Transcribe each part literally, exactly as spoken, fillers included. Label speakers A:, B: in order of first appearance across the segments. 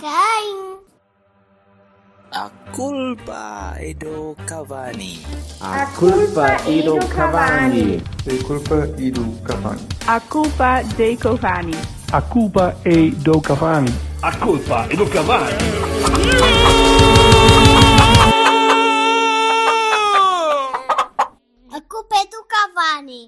A: quem?
B: A culpa é do Cavani.
C: A culpa é do Cavani.
D: A culpa é do Cavani.
E: A culpa dei Cavani.
F: A culpa é do Cavani.
G: A culpa é do Cavani.
A: A culpa é do Cavani.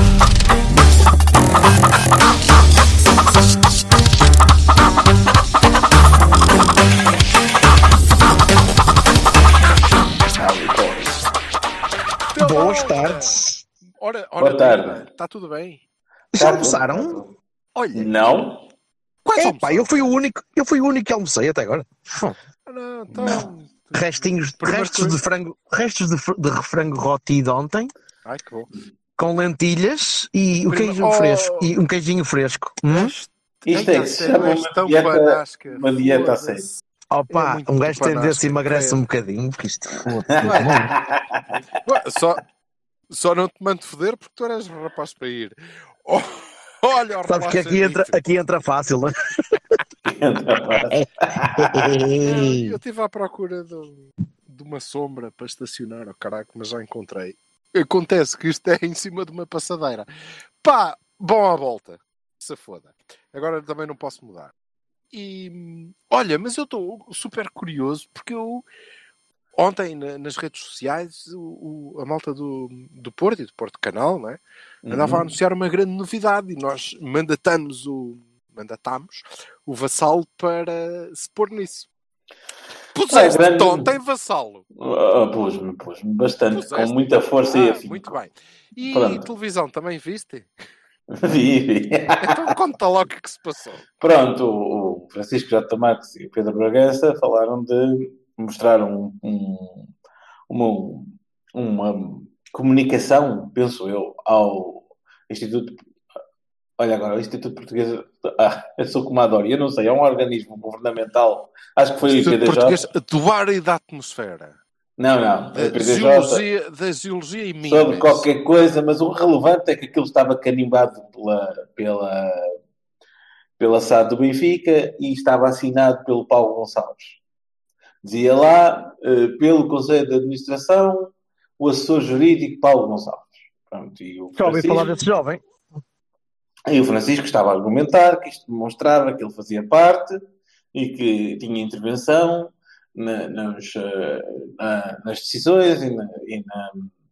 H: Boas tardes.
I: Ora, ora,
J: Boa tarde.
I: Está tudo bem?
H: Já almoçaram?
I: Olha,
J: Não?
I: quase
H: É, pá, eu fui o único, eu fui o único que almocei até agora.
I: Ah, não, então...
H: Restinhos,
I: Primeiro
H: restos
I: coisa-
H: de frango, restos de, fr- de frango roti de ontem,
I: Ai, que bom.
H: com lentilhas e o
I: Prima-
H: queijo
I: Oh!
H: fresco e um queijinho fresco. Hum?
I: Este-
J: Isto
I: Ai,
J: é
I: a
J: que se
I: sério,
J: chama
I: és
J: uma
I: tão
J: dieta,
I: panasca,
J: uma dieta a
I: foda-se.
J: sério.
H: Opa,
I: É muito
H: um gajo tem de ver
I: panasca,
H: se emagrece
I: credo.
H: um bocadinho, porque isto foda-se.
I: Ué, só, só não te mando foder porque tu eras rapaz para ir. Oh, olha, o
H: Sabes que aqui entra, aqui entra fácil, não é?
I: Eu estive à procura de, de uma sombra para estacionar, oh caraca, mas já encontrei. Acontece que isto é em cima de uma passadeira. Pá, bom à volta. Se foda. Agora também não posso mudar. E olha, mas eu estou super curioso porque eu ontem na- nas redes sociais o, o- a malta do, do Porto e do Porto Canal, não é? Andava a
J: Uhum.
I: anunciar uma grande novidade e nós mandatamos o mandatámos o Vassalo para se pôr nisso. Puseste
J: grande-
I: ontem, Vassalo.
J: Ah, pus-me, pus-me bastante,
I: Puseste.
J: com muita força e
I: Ah,
J: afinco.
I: muito bem. E
J: Pronto.
I: televisão também viste?
J: Vi, vi.
I: Então conta logo o que, que se passou.
J: Pronto, o o Francisco J. Marques e o Pedro Bragança falaram de mostrar um, um- uma, uma comunicação, penso eu, ao Instituto. Olha agora, o Instituto Português. Ah, eu sou como a Dori, eu não sei, é um organismo governamental. Acho que foi o I P
I: Instituto
J: D J.
I: Português do Ar e da Atmosfera.
J: Não, não, o
I: Da
J: I P D J.
I: geologia, da geologia e minas.
J: Sobre qualquer coisa, mas o relevante é que aquilo estava carimbado pela, pela, pela S A D do Benfica e estava assinado pelo Paulo Gonçalves. Dizia lá, eh, pelo Conselho de Administração, o assessor jurídico Paulo Gonçalves. Pronto, e o
H: Já ouvi
J: Francisco,
H: falar desse jovem.
J: e o Francisco estava a argumentar que isto demonstrava que ele fazia parte e que tinha intervenção na- nos, eh, na- nas decisões e, na- e na-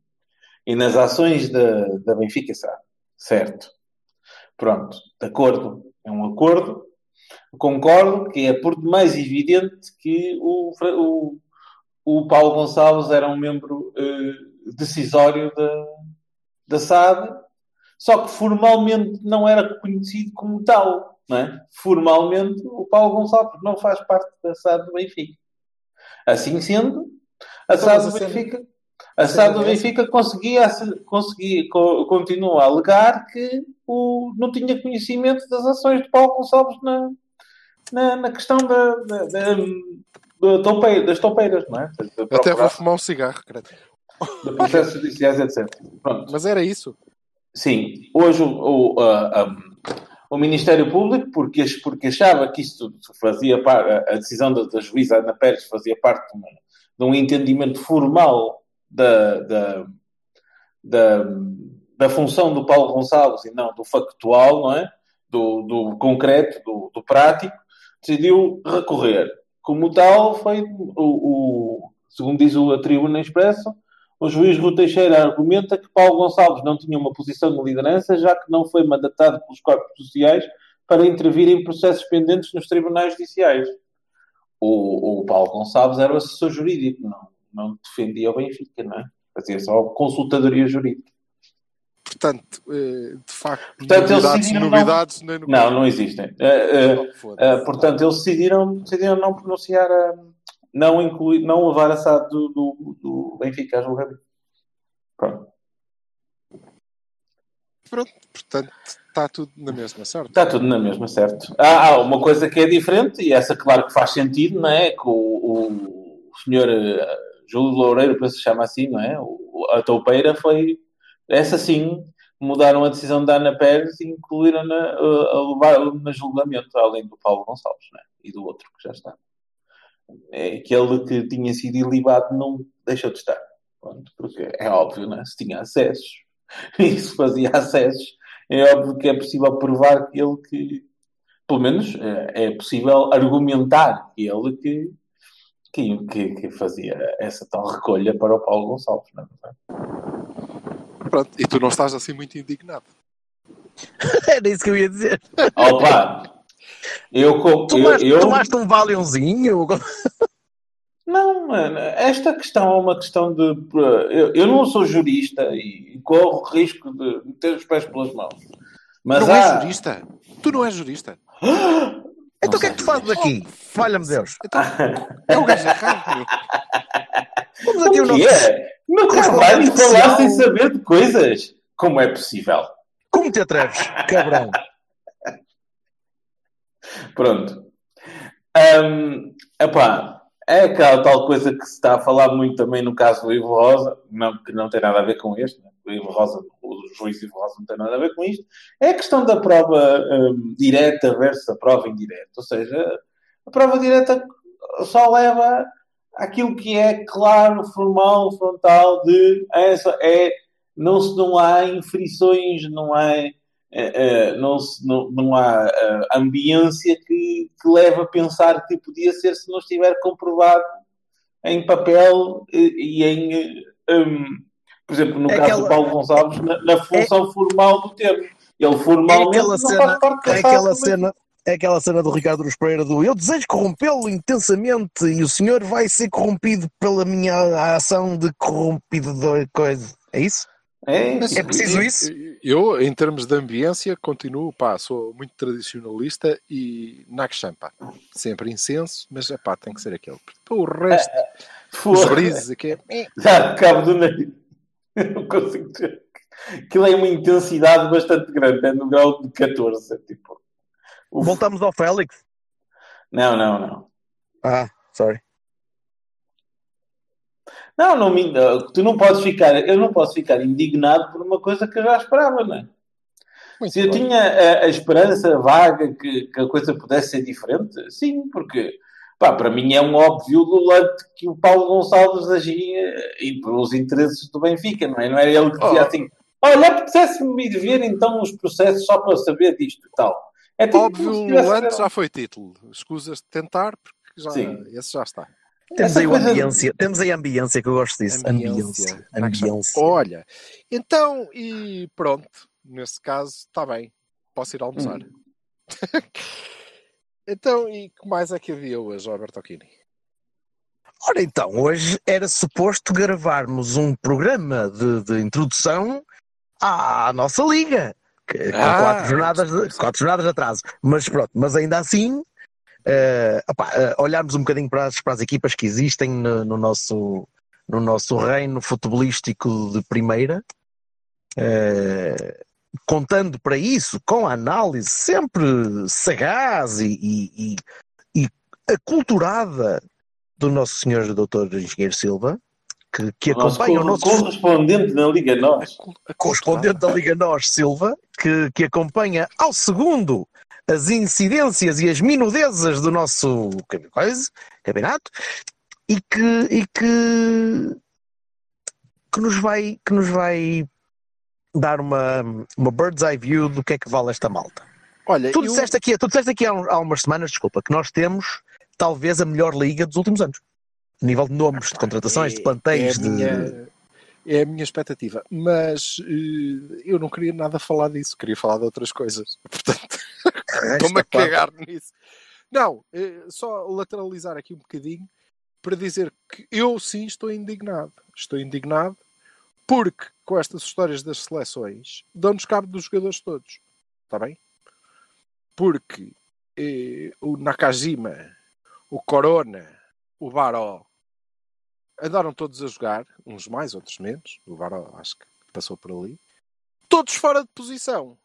J: e nas ações da, da Benfica S A. Certo. Pronto. De acordo. É um acordo. Concordo que é por demais evidente que o, Fra- o, o Paulo Gonçalves era um membro eh, decisório da, da S A D, só que formalmente não era reconhecido como tal. Não é? Formalmente, o Paulo Gonçalves não faz parte da S A D do Benfica. Assim sendo, a S A D do Benfica, a S A D do Benfica conseguia, conseguia co- continua a alegar que o, não tinha conhecimento das ações de Paulo Gonçalves na, na, na questão da, da, da, da toupeira- das toupeiras, não é? De
I: Até vou
J: procurar-
I: fumar um cigarro, credo.
J: de processos judiciais, etcétera. Pronto.
I: Mas era isso.
J: Sim, hoje o, o, a- a- o Ministério Público, porque, ach- porque achava que isto fazia parte, a a decisão da, da juíza Ana Pérez fazia parte de, uma- de um entendimento formal da, da, da, da função do Paulo Gonçalves e não do factual, não é? Do, do concreto, do, do prático, decidiu recorrer. Como tal, foi o, o segundo diz o- a Tribuna Expresso, o juiz Rui Teixeira argumenta que Paulo Gonçalves não tinha uma posição de liderança, já que não foi mandatado pelos corpos sociais para intervir em processos pendentes nos tribunais judiciais. O, o Paulo Gonçalves era o assessor jurídico, não, não defendia o Benfica, não é? Fazia só consultadoria jurídica.
I: Portanto, eh, de facto,
J: Portanto, eles
I: novidades,
J: decidiram não-
I: novidades nem no
J: Não, não existem. Eh, eh,
I: Oh, foda-se.
J: eh, portanto, eles decidiram, decidiram não pronunciar, a, não incluir, não levar a S A D do, do, do Benfica a julgamento. Pronto.
I: Pronto, portanto, está tudo na mesma, certo?
J: Está tudo na mesma, certo? Há, há uma coisa que é diferente, e essa, claro, que faz sentido, não é? Que o, o, o senhor eh, Júlio Loureiro, penso que se chama assim, não é? O, a toupeira foi, essa sim, mudaram a decisão da Ana Pérez e incluíram-na a, a levar na julgamento, além do Paulo Gonçalves, não é? e do outro que já está. É aquele que tinha sido ilibado não deixou de estar. Pronto, porque é óbvio, né? Se tinha acessos e se fazia acessos, é óbvio que é possível provar que ele que, pelo menos, é, é possível argumentar que ele que, que, que, que fazia essa tal recolha para o Paulo Gonçalves, não é?
I: Pronto, e tu não estás assim muito indignado.
H: Era isso que eu ia dizer.
J: Opa! Eu, eu,
H: tomaste,
J: eu...
H: tomaste um valiumzinho?
J: Não, mano, esta questão é uma questão de... Eu, eu não sou jurista e corro o risco de meter os pés pelas mãos. Mas
I: não
J: há...
I: és jurista? Tu não és jurista?
H: Então o que é que tu fazes aqui? Valha-me Deus.
I: Então, é o gajo errado, meu.
H: Vamos aqui o
J: que é? No trabalho falar sem saber de coisas. Como é possível?
H: Como te atreves, cabrão?
J: Pronto. Um, epá, é aquela tal coisa que se está a falar muito também no caso do Ivo Rosa, não, que não tem nada a ver com este, né? O Ivo Rosa, o juiz Ivo Rosa não tem nada a ver com isto. É a questão da prova um, direta versus a prova indireta. Ou seja, a prova direta só leva àquilo que é claro, formal, frontal, de essa é, não, se, não há inferições, não há... Uh, uh, não, não, não há uh, ambiência que, que leva a pensar que podia ser se não estiver comprovado em papel e, e em, um, por exemplo, no
H: é
J: caso
H: aquela,
J: do Paulo Gonçalves, na, na função é, formal do termo. Ele formalmente
H: é aquela
J: não
H: cena,
J: faz parte
H: é aquela cena, é aquela cena do Ricardo Aruz Pereira do eu desejo corrompê-lo intensamente e o senhor vai ser corrompido pela minha ação de corrompido de coisa. É isso?
J: É,
H: é preciso isso?
I: Eu, em termos de ambiência, continuo, pá, sou muito tradicionalista e Nakchampa. Sempre incenso, mas, pá, tem que ser aquele. Para o resto, é, os brises aqui é...
J: Já, cabo do nariz. Não consigo dizer. Aquilo é uma intensidade bastante grande, é no grau de catorze. É tipo...
H: Voltamos ao Félix?
J: Não, não, não.
H: Ah, sorry.
J: Não, não me, tu não podes ficar, eu não posso ficar indignado por uma coisa que eu já esperava, não é? Muito Se bom. Eu tinha a, a esperança vaga que, que a coisa pudesse ser diferente, sim, porque pá, para mim é um óbvio lulante que o Paulo Gonçalves agia e pelos interesses do Benfica, não é? Não era ele que dizia oh. assim, olha, apetece-me ir ver então os processos só para saber disto e tal.
I: É tipo, óbvio lulante ver... já foi título, escusas de tentar, porque já,
J: sim.
I: esse já está.
H: Temos aí, ambiência, de... temos aí a ambiência, que eu gosto disso. Ambiência. ambiência. ambiência.
I: Olha, então, e pronto, nesse caso, está bem, posso ir almoçar. Hum. Então, e que mais é que havia hoje, Alberto Occhini?
H: Ora então, hoje era suposto gravarmos um programa de, de introdução à nossa liga, que, com ah, quatro, jornadas de, quatro jornadas de atraso. Mas pronto, mas ainda assim... Uh, opa, uh, olharmos um bocadinho para as, para as equipas que existem no, no, nosso, no nosso reino futebolístico de primeira, uh, contando para isso com a análise sempre sagaz e, e, e, e aculturada do nosso senhor doutor Engenheiro Silva, que, que acompanha o nosso
J: correspondente na Liga Nós,
H: correspondente da Liga Nós Silva, que, que acompanha ao segundo as incidências e as minudezas do nosso coisa, campeonato e que, e que, que, nos vai, que nos vai dar uma, uma bird's eye view do que é que vale esta malta.
I: Olha,
H: tu,
I: eu...
H: disseste aqui, tu disseste aqui há, há umas semanas, desculpa, que nós temos talvez a melhor liga dos últimos anos. A nível de nomes, de contratações, é, de plantéis,
I: é a minha, de... É a minha expectativa. Mas uh, eu não queria nada falar disso. Queria falar de outras coisas. Portanto, estou-me a cagar nisso. Não, uh, só lateralizar aqui um bocadinho para dizer que eu sim estou indignado. Estou indignado porque com estas histórias das seleções dão-nos cabo dos jogadores todos. Está bem? Porque uh, o Nakajima, o Corona, o Baró, andaram todos a jogar, uns mais, outros menos. O Baró acho que passou por ali. Todos fora de posição.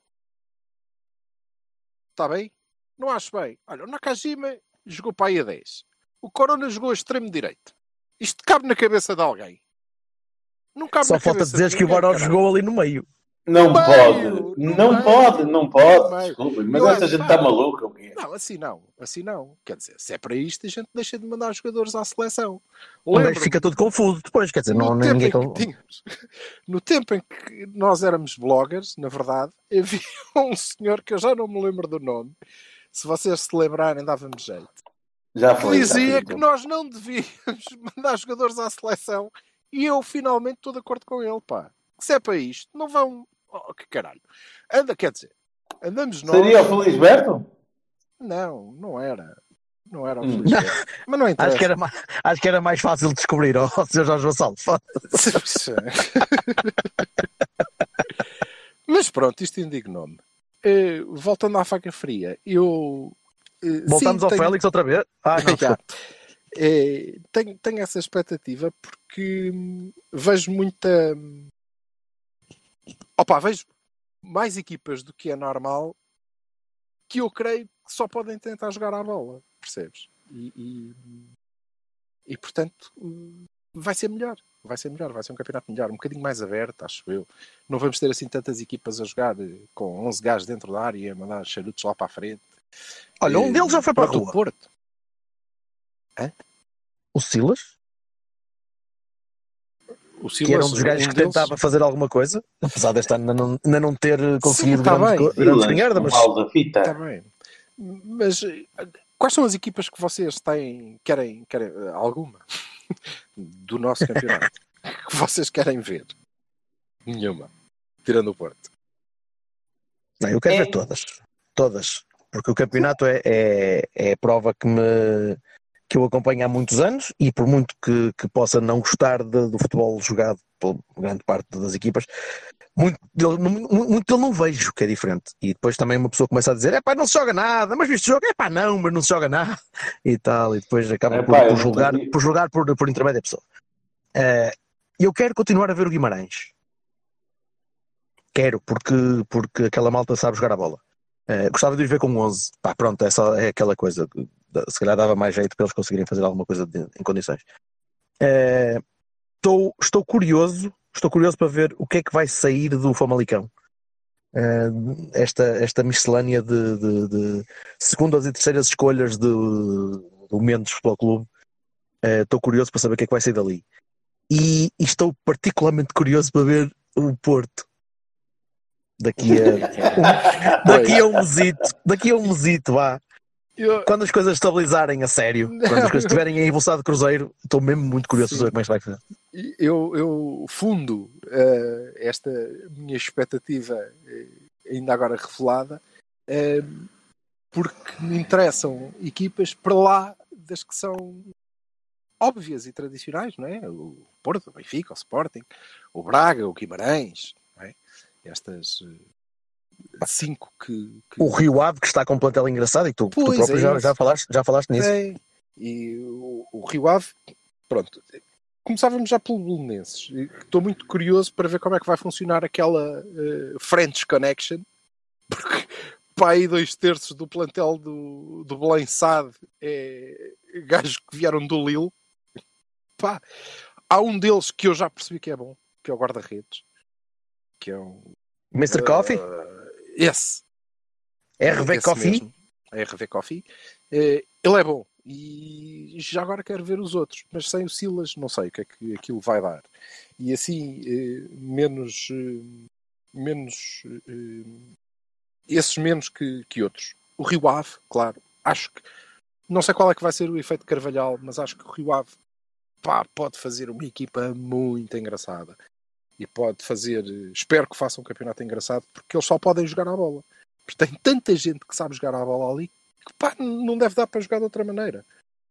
I: Está bem? Não acho bem. Olha, o Nakajima jogou para aí a dez. O Corona jogou a extremo direito. Isto cabe na cabeça de alguém. Não cabe
H: Só
I: na
H: falta
I: cabeça
H: dizer
I: de
H: que
I: ninguém,
H: o Baró
I: caralho.
H: jogou ali no meio.
J: Não
I: No
J: pode,
I: meio,
J: não
I: meio,
J: pode, não pode, desculpa, mas
I: Eu
J: esta
I: acho,
J: gente
I: pá.
J: está maluca, o quê?
I: Não, assim não. Assim não. Quer dizer, se é para isto, a gente deixa de mandar jogadores à seleção.
H: O gajo fica todo confuso depois, quer dizer, não,
I: no, tempo
H: ninguém...
I: em que tínhamos, no tempo em que nós éramos bloggers, na verdade, havia um senhor que eu já não me lembro do nome, se vocês se lembrarem, dava-me jeito.
J: Já
I: que
J: foi,
I: dizia
J: já
I: que nós não devíamos mandar jogadores à seleção e eu finalmente estou de acordo com ele, pá. Se é para isto, não vão... Oh, que caralho. Anda, quer dizer, andamos nós...
J: Seria o Felisberto?
I: Não, não era. Não era o
J: Hum.
I: Felisberto. Mas não interessa.
H: Acho que, era mais, acho que era mais fácil de descobrir, ó, oh, senhor Jorge Vassalo.
I: Mas pronto, isto indignou-me. Uh, voltando à faca fria, eu... Uh,
H: Voltamos
I: sim,
H: ao
I: tenho...
H: Félix outra vez? Ah, não,
I: Já. Uh, tenho, tenho essa expectativa porque hum, vejo muita... Opa, vejo mais equipas do que é normal que eu creio que só podem tentar jogar à bola, percebes? E, e, e portanto vai ser melhor, vai ser melhor, vai ser um campeonato melhor, um bocadinho mais aberto, acho eu. Não vamos ter assim tantas equipas a jogar com onze gajos dentro da área, a mandar charutos lá para a frente.
H: Olha, um deles já foi para a rua.
I: O Porto. Hã?
H: O Silas?
I: O Silas,
H: que era um dos gajos
I: um
H: que
I: deles...
H: tentava fazer alguma coisa, apesar deste ano ainda não, ainda não ter conseguido
I: Sim, tá
H: grande,
I: bem.
H: grande espingarda, mas...
I: Está bem. Mas quais são as equipas que vocês têm, querem, querem alguma, do nosso campeonato, que vocês querem ver? Nenhuma. Tirando o Porto.
H: Não, eu quero
J: É.
H: ver todas. Todas. Porque o campeonato é, é, é a prova que me... que eu acompanho há muitos anos e por muito que, que possa não gostar de, do futebol jogado por grande parte das equipas, muito dele, muito dele não vejo, que é diferente. E depois também uma pessoa começa a dizer, é pá, não se joga nada, mas viste o jogo? É pá, não, mas não se joga nada. E tal, e depois acaba
J: É
H: por,
J: pá,
H: por
J: eu
H: julgar,
J: não
H: por, julgar por, por intermédio da pessoa. Uh, eu quero continuar a ver o Guimarães. Quero, porque, porque aquela malta sabe jogar a bola. Uh, gostava de os ver com onze. Pá, pronto, é, só, é aquela coisa. Se calhar dava mais jeito para eles conseguirem fazer alguma coisa de, em condições. Uh, estou, estou curioso, estou curioso para ver o que é que vai sair do Famalicão. Uh, esta, esta miscelânea de, de, de segundas e terceiras escolhas do, do Mendes Futebol Clube. Uh, estou curioso para saber o que é que vai sair dali. E, e estou particularmente curioso para ver o Porto. Daqui a um, daqui a um mesito, daqui a um mesito, vá.
I: Eu...
H: Quando as coisas estabilizarem a sério, quando as coisas estiverem em evolução de cruzeiro, estou mesmo muito curioso para saber como é que vai fazer.
I: Eu, eu fundo uh, esta minha expectativa, uh, ainda agora revelada, uh, porque me interessam equipas para lá das que são óbvias e tradicionais, não é? O Porto, o Benfica, o Sporting, o Braga, o Guimarães, não é? Estas uh, cinco que, que...
H: O Rio Ave, que está com um plantel engraçado, e tu, tu próprio
I: é
H: já, já, falaste, já falaste nisso.
I: É. E o, o Rio Ave, pronto. Começávamos já pelo Belenenses. Estou muito curioso para ver como é que vai funcionar aquela uh, French Connection, porque pá, aí dois terços do plantel do, do Belém S A D é gajos que vieram do Lille. Pá, há um deles que eu já percebi que é bom, que é o guarda-redes, que é um
H: mister Coffee?
I: Uh, esse.
H: R V
I: esse
H: Coffee?
I: Mesmo. R V Coffee. Uh, ele é bom. E já agora quero ver os outros. Mas sem o Silas, não sei o que é que aquilo vai dar. E assim, uh, menos... Uh, menos... Uh, esses menos que, que outros. O Rio Ave, claro. Acho que... Não sei qual é que vai ser o efeito de Carvalhal, mas acho que o Rio Ave pá, pode fazer uma equipa muito engraçada. E pode fazer, espero que faça um campeonato engraçado, porque eles só podem jogar à bola. Porque tem tanta gente que sabe jogar à bola ali que pá, não deve dar para jogar de outra maneira.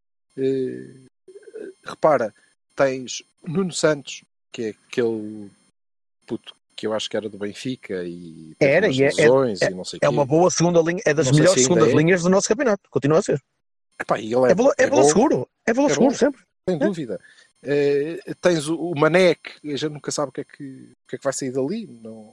I: Uh, repara, tens Nuno Santos, que é aquele puto que eu acho que era do Benfica e teve
H: era, e é,
I: lesões
H: é,
I: e não sei
H: é
I: quê.
H: uma boa segunda linha, é das
I: Não sei
H: melhores
I: se ainda
H: segundas
I: é.
H: linhas do nosso campeonato, continua a ser.
I: Epá, e ele é,
H: É valor, é
I: é
H: valor
I: bom,
H: seguro, é valor
I: é
H: seguro
I: bom,
H: sempre.
I: sem
H: É.
I: dúvida. Uh, tens o, o Mané, que a gente nunca sabe o que é que, o que, é que vai sair dali, não...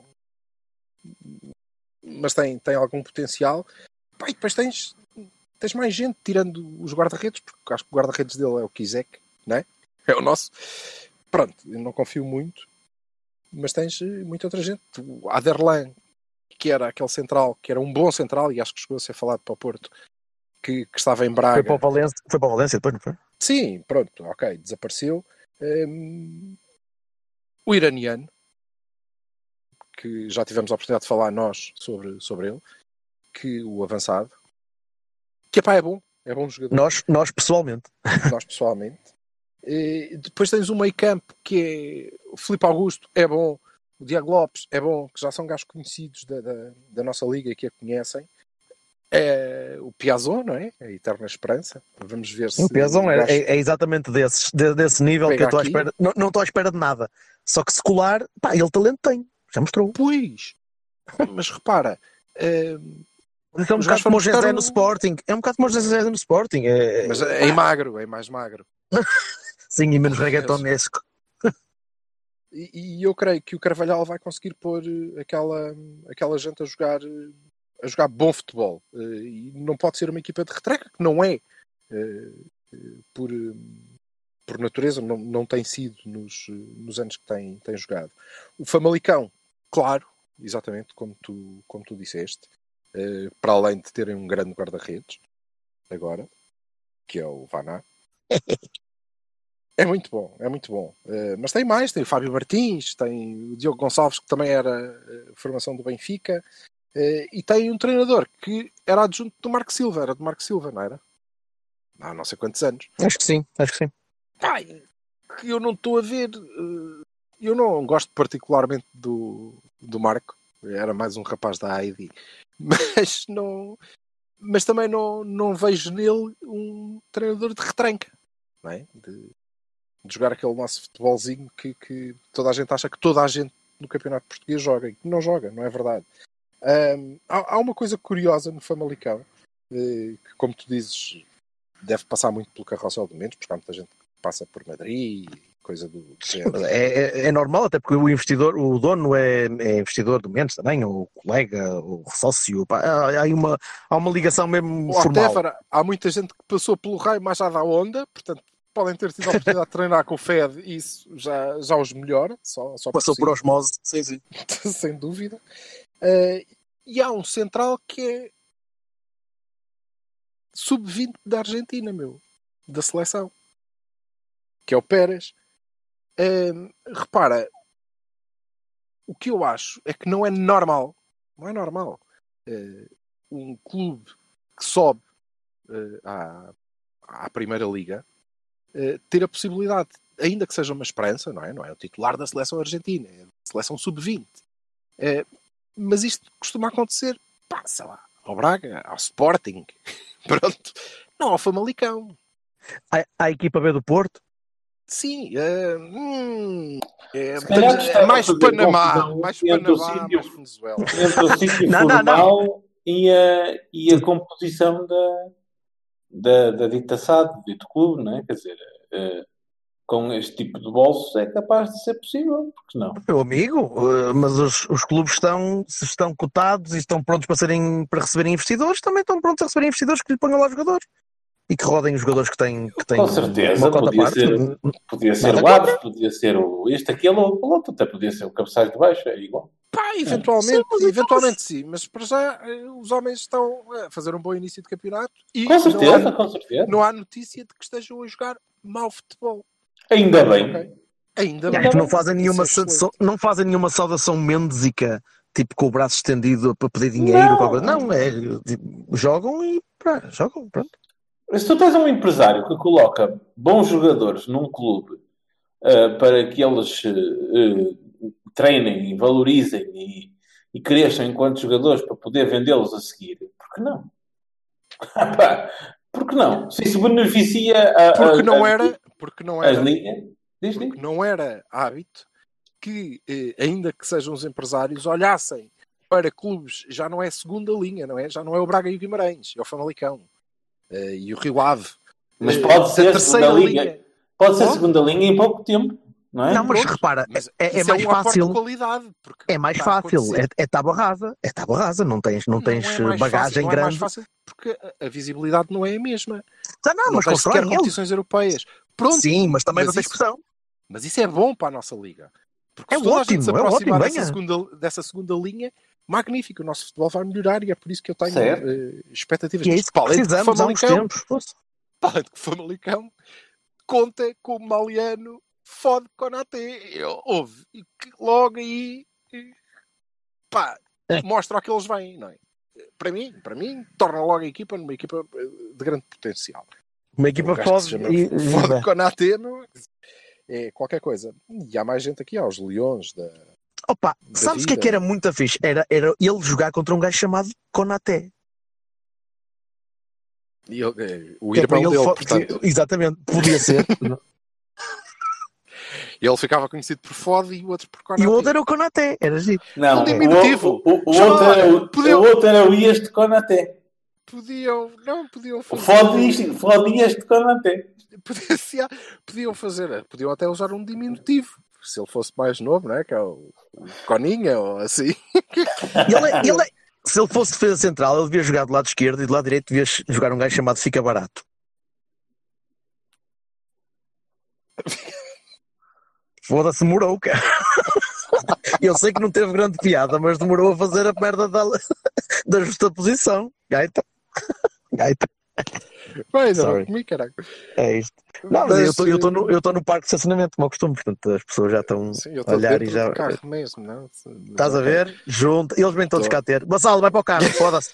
I: mas tem, tem algum potencial. Pá, e depois tens, tens mais gente, tirando os guarda-redes, porque acho que o guarda-redes dele é o Kizek, não é? É o nosso. Pronto, eu não confio muito, mas tens muita outra gente. O Aderlan, que era aquele central, que era um bom central, e acho que chegou a ser falado para o Porto, que, que estava em Braga.
H: Foi para o Valência, foi para o Valência depois, não foi?
I: Sim, pronto, ok, desapareceu. Um, o iraniano, que já tivemos a oportunidade de falar nós sobre, sobre ele, que o avançado, que epá, é bom, é bom jogador.
H: Nós, nós pessoalmente.
I: Nós pessoalmente. E depois tens um meio campo que é o Filipe Augusto, é bom, o Diego Lopes é bom, que já são gajos conhecidos da, da, da nossa liga que a conhecem. É o Piazon, não é? A eterna esperança. Vamos ver se...
H: O Piazon é, é, é exatamente desses, de, desse nível que eu estou à espera. Não, não estou à espera de nada. Só que secular, pá, ele talento tem. Já mostrou.
I: Pois. Mas repara... Uh,
H: é um bocado como o José no Sporting. É um bocado como o José no Sporting. É...
I: Mas é, é magro, é mais magro.
H: Sim, e menos reggaetonesco.
I: E, e eu creio que o Carvalhal vai conseguir pôr aquela, aquela gente a jogar... a jogar bom futebol. E não pode ser uma equipa de retreca, que não é. Por, por natureza, não, não tem sido nos, nos anos que tem, tem jogado. O Famalicão, claro, exatamente como tu, como tu disseste, para além de terem um grande guarda-redes, agora, que é o Vaná. É muito bom, é muito bom. Mas tem mais, tem o Fábio Martins, tem o Diogo Gonçalves, que também era formação do Benfica. Uh, e tem um treinador que era adjunto do Marco Silva, era do Marco Silva, não era? Há não sei quantos anos.
H: Acho que sim, acho que sim.
I: Pai, que eu não estou a ver. Uh, eu não gosto particularmente do, do Marco, era mais um rapaz da A I D, mas, não, mas também não, não vejo nele um treinador de retranca, não é? De, de jogar aquele nosso futebolzinho que, que toda a gente acha que toda a gente no campeonato português joga, e que não joga, não é verdade. Um, há, há uma coisa curiosa no Famalicão, eh, que, como tu dizes, deve passar muito pelo carrossel de Mendes, porque há muita gente que passa por Madrid, coisa do
H: é, é, é normal, até porque o investidor, o dono é, é investidor do Mendes também, o colega, o sócio, pá, há, há, uma, há uma ligação mesmo
I: o
H: formal.
I: Whatever, há muita gente que passou pelo raio mais já da onda, portanto podem ter tido a oportunidade de treinar com o F E D e isso já, já os melhora. Só, só
H: Passou por osmose, sim, sim.
I: Sem dúvida. Uh, e há um central que é sub vinte da Argentina, meu, da seleção, que é o Pérez. Uh, repara, o que eu acho é que não é normal, não é normal uh, um clube que sobe uh, à, à Primeira Liga uh, ter a possibilidade, ainda que seja uma esperança, não é? Não é o titular da seleção argentina, é a seleção sub vinte. Uh, mas isto costuma acontecer, pá, sei lá, ao Braga, ao Sporting, pronto, não ao Famalicão.
H: A, a equipa B do Porto?
I: Sim, uh, hum, é, é mais Panamá, mais Panamá, mais Venezuela.
J: Entre o sítio formal e a, e a composição da, da, da dita S A D, do dito clube, não é? Quer dizer, uh, com este tipo de bolsos é capaz de ser possível, porque não?
H: Meu amigo, mas os, os clubes estão, se estão cotados e estão prontos para, serem, para receberem investidores, também estão prontos a receberem investidores que lhe ponham lá jogadores. E que rodem os jogadores que têm, que têm
J: com certeza,
H: uma cota
J: podia
H: parte.
J: Ser, podia ser o Aves, podia ser o este, aquele ou o outro, até podia ser o cabeçalho de baixo, é igual.
I: Pá, eventualmente, sim, eventualmente sim, mas para já os homens estão a fazer um bom início de campeonato e
J: com certeza,
I: não há,
J: com certeza.
I: Não há notícia de que estejam a jogar mau futebol.
J: Ainda bem.
I: Okay. Ainda
H: bem. Não fazem, nenhuma, é não fazem nenhuma saudação mendica, tipo com o braço estendido para pedir dinheiro. Não, não é, tipo, jogam e pá, jogam, pronto.
J: Se tu tens um empresário que coloca bons jogadores num clube uh, para que eles uh, treinem e valorizem e, e cresçam enquanto jogadores para poder vendê-los a seguir, por que não? Por que não? Se isso beneficia a,
I: porque
J: a,
I: não
J: a,
I: era, porque não era,
J: diz,
I: porque
J: diz.
I: não era hábito que, eh, ainda que sejam os empresários, olhassem para clubes, já não é segunda linha, não é? Já não é o Braga e o Guimarães, é o Famalicão. Uh, e o Rio Ave.
J: Mas pode uh, ser segunda linha. linha. Pode ser
I: oh?
J: segunda linha em pouco tempo, não é?
H: Não, mas Pronto. repara, mas é, é mais é um fácil.
I: Qualidade,
H: é mais fácil. É, é tábua rasa. É tábua rasa. Não tens, não tens
I: não é
H: bagagem
I: fácil,
H: grande.
I: Não é mais fácil porque a, a visibilidade não é a mesma.
H: Tá, não,
I: não
H: mas
I: tens sequer
H: ele.
I: competições europeias. Pronto.
H: Sim, mas também
I: mas
H: não tens
I: isso,
H: pressão.
I: Mas isso é bom para a nossa liga. Porque
H: é
I: se toda
H: ótimo,
I: a gente se
H: é
I: aproximar
H: ótimo,
I: dessa, segunda, dessa segunda linha, magnífico, o nosso futebol vai melhorar e é por isso que eu tenho uh, expectativas.
H: E é isso que precisamos há uns tempos.
I: Para de que Famalicão conta com o Maliano fode Konaté. Houve. E que logo aí pá, é. mostra o que eles vêm, não é? Para mim, para mim, torna logo a equipa numa equipa de grande potencial.
H: Uma equipa fode
I: e... fode Konaté, não é qualquer coisa. E há mais gente aqui, há os Leões da...
H: Opa, da sabes o que é que era muito fixe? Era, era ele jogar contra um gajo chamado Konaté.
I: E ele, o irmão dele,
H: for...
I: portanto...
H: Exatamente, podia ser.
I: Ele ficava conhecido por Fode e o outro por Konaté.
H: E o outro era o Konaté, era giro.
J: Não,
I: um diminutivo.
J: O, o, o, outro era o, podiam... o outro era o Ias de Konaté.
I: Podiam, não, podiam fazer...
J: O Fode Ias de Konaté.
I: Podiam, podiam fazer, podiam até usar um diminutivo. Se ele fosse mais novo, não é? Que é o, o Coninha ou assim.
H: Ele, é, ele é... Se ele fosse defesa central, ele devia jogar do lado esquerdo e do lado direito devia jogar um gajo chamado Fica Barato. Foda-se, demorou, cara. Eu sei que não teve grande piada, mas demorou a fazer a merda da, da justa posição. Gaita. Gaita.
I: Vai, não, comigo, caralho.
H: É isto. Não, mas, mas eu estou no, eu no parque de estacionamento, como eu costumo, portanto as pessoas já estão
I: sim,
H: a olhar e já.
I: Carro mesmo, não?
H: Estás a ver? Junto. Eles vêm todos tô. cá ter. Bassalo, vai para o carro, foda-se.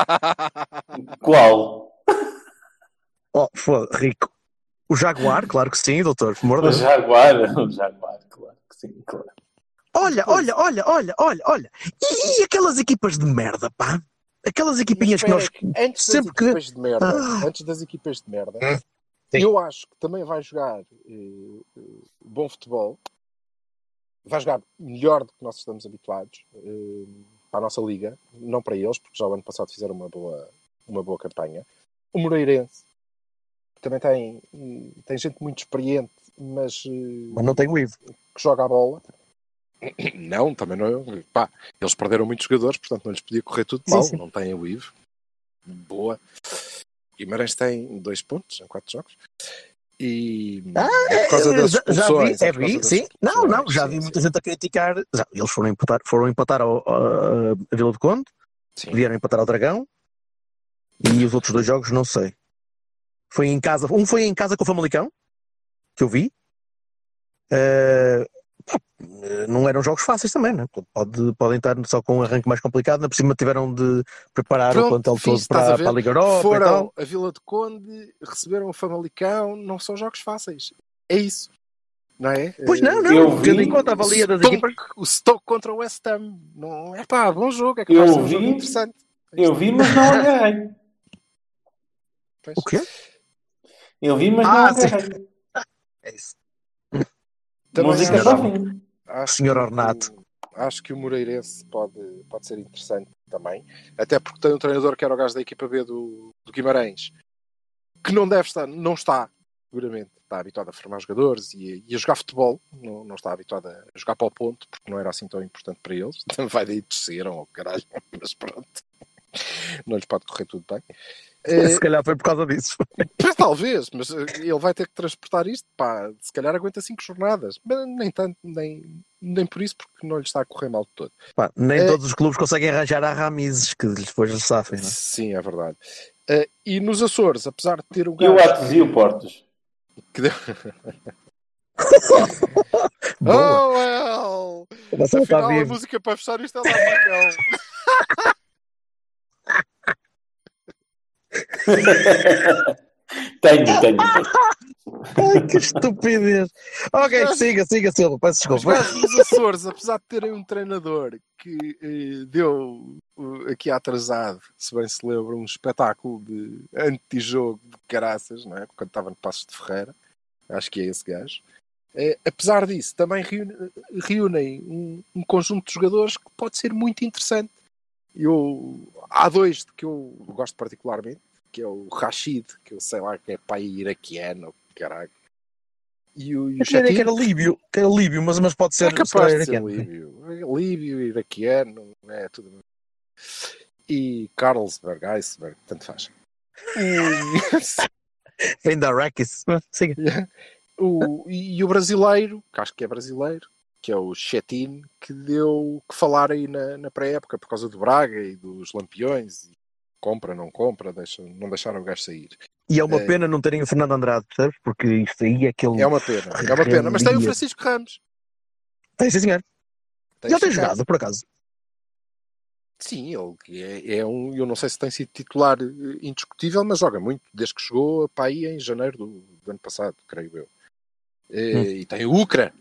J: Qual?
H: Oh, foda rico. O Jaguar, claro que sim, doutor.
J: O Jaguar, o Jaguar, claro que sim, claro.
H: Olha, olha, olha, olha, olha, olha. E, e aquelas equipas de merda, pá? Aquelas equipinhas
I: espera,
H: que nós...
I: Antes das
H: sempre
I: equipas
H: que...
I: de merda,
H: ah.
I: antes das equipas de merda,
H: sim.
I: eu acho que também vai jogar uh, uh, bom futebol. Vai jogar melhor do que nós estamos habituados uh, para a nossa liga. Não para eles, porque já o ano passado fizeram uma boa, uma boa campanha. O Moreirense também tem, tem gente muito experiente, mas... Uh,
H: mas não tem o Ivo.
I: Que joga a bola. Não, também não. Pá, eles perderam muitos jogadores, portanto não lhes podia correr tudo mal. Sim, sim. Não têm o Ivo. Boa. Guimarães tem dois pontos em quatro jogos. E
H: ah,
I: é por causa das
H: expulsões. Já vi, é vi sim. Não, não, já vi sim, muita sim. gente a criticar. Já, eles foram empatar, foram empatar ao, ao, a Vila do Conde, sim. vieram empatar ao Dragão e os outros dois jogos não sei. Foi em casa, um foi em casa com o Famalicão, que eu vi. Uh, não eram jogos fáceis também, né? Pode, podem estar só com um arranque mais complicado, na por cima tiveram de preparar Pronto, o plantel todo para, para a Liga Europa.
I: Foram
H: e tal.
I: a Vila do Conde, receberam o Famalicão, não são jogos fáceis. É isso. Não é?
H: Pois não, não. Tendo em conta a valia das
I: Stoke,
H: equipas.
I: O Stoke contra o West Ham. Não é pá, bom jogo. É que vai ser um jogo interessante.
J: Eu vi, mas não agarrei.
H: O quê?
J: Eu vi, mas
H: ah,
J: não agarrei.
H: É isso.
J: Música para mim.
I: Acho
H: senhor Ornato.
I: Que, acho que o Moreirense pode, pode ser interessante também. Até porque tem um treinador que era o gajo da equipa B do, do Guimarães, que não deve estar, não está, seguramente, está habituado a formar jogadores e, e a jogar futebol. Não, não está habituado a jogar para o ponto, porque não era assim tão importante para eles. Vai daí terceiro, ou caralho, mas pronto. Não lhes pode correr tudo bem.
H: Se calhar foi por causa disso.
I: Mas, talvez, mas ele vai ter que transportar isto, pá, se calhar aguenta cinco jornadas, mas nem tanto, nem, nem por isso, porque não lhe está a correr mal de todo.
H: Pá, nem
I: é...
H: todos os clubes conseguem arranjar a Ramizes, que depois lhes safem, não é?
I: Sim, é verdade. Uh, e nos Açores, apesar de ter um
J: gajo... E o Atos e o Portos?
I: Que deu... oh, well! Afinal, a música para fechar isto é lá, Marcão.
J: tenho, tenho, tenho.
H: Ai, que estupidez. Ok, mas, siga, siga, Silva, peço desculpa.
I: Os Açores, apesar de terem um treinador que eh, deu uh, aqui atrasado, se bem se lembra, um espetáculo de antijogo de caraças, não é? Quando estava no Passos de Ferreira, acho que é esse gajo. Eh, apesar disso, também reúne, reúnem um, um conjunto de jogadores que pode ser muito interessante. Eu, há dois que eu gosto particularmente, que é o Rashid, que eu sei lá que é pai iraquiano, caralho. E o, e o
H: Chetinho, que era líbio, que era líbio, mas, mas pode ser,
I: é capaz de ser líbio. Líbio, iraquiano, é tudo. E Carlsberg, Iceberg, tanto faz.
H: Vem da Rakis.
I: O, e o brasileiro, que acho que é brasileiro, que é o Chetin, que deu que falar aí na, na pré-época por causa do Braga e dos Lampiões. E compra, não compra, deixa, não deixaram o gajo sair.
H: E é uma
I: É.
H: pena não terem o Fernando Andrade, percebes? Porque isto aí é aquele...
I: É uma pena, é uma pena. Mas tem o
H: rendia.
I: Francisco Ramos.
H: Tem, sim, senhor.
I: Tem
H: E ele tem
I: ficado.
H: jogado, por acaso.
I: Sim, ele é, é um. Eu não sei se tem sido titular eh, indiscutível, mas joga muito desde que chegou para aí em janeiro do, do ano passado, creio eu. E,
H: Hum.
I: e tem o Ucra.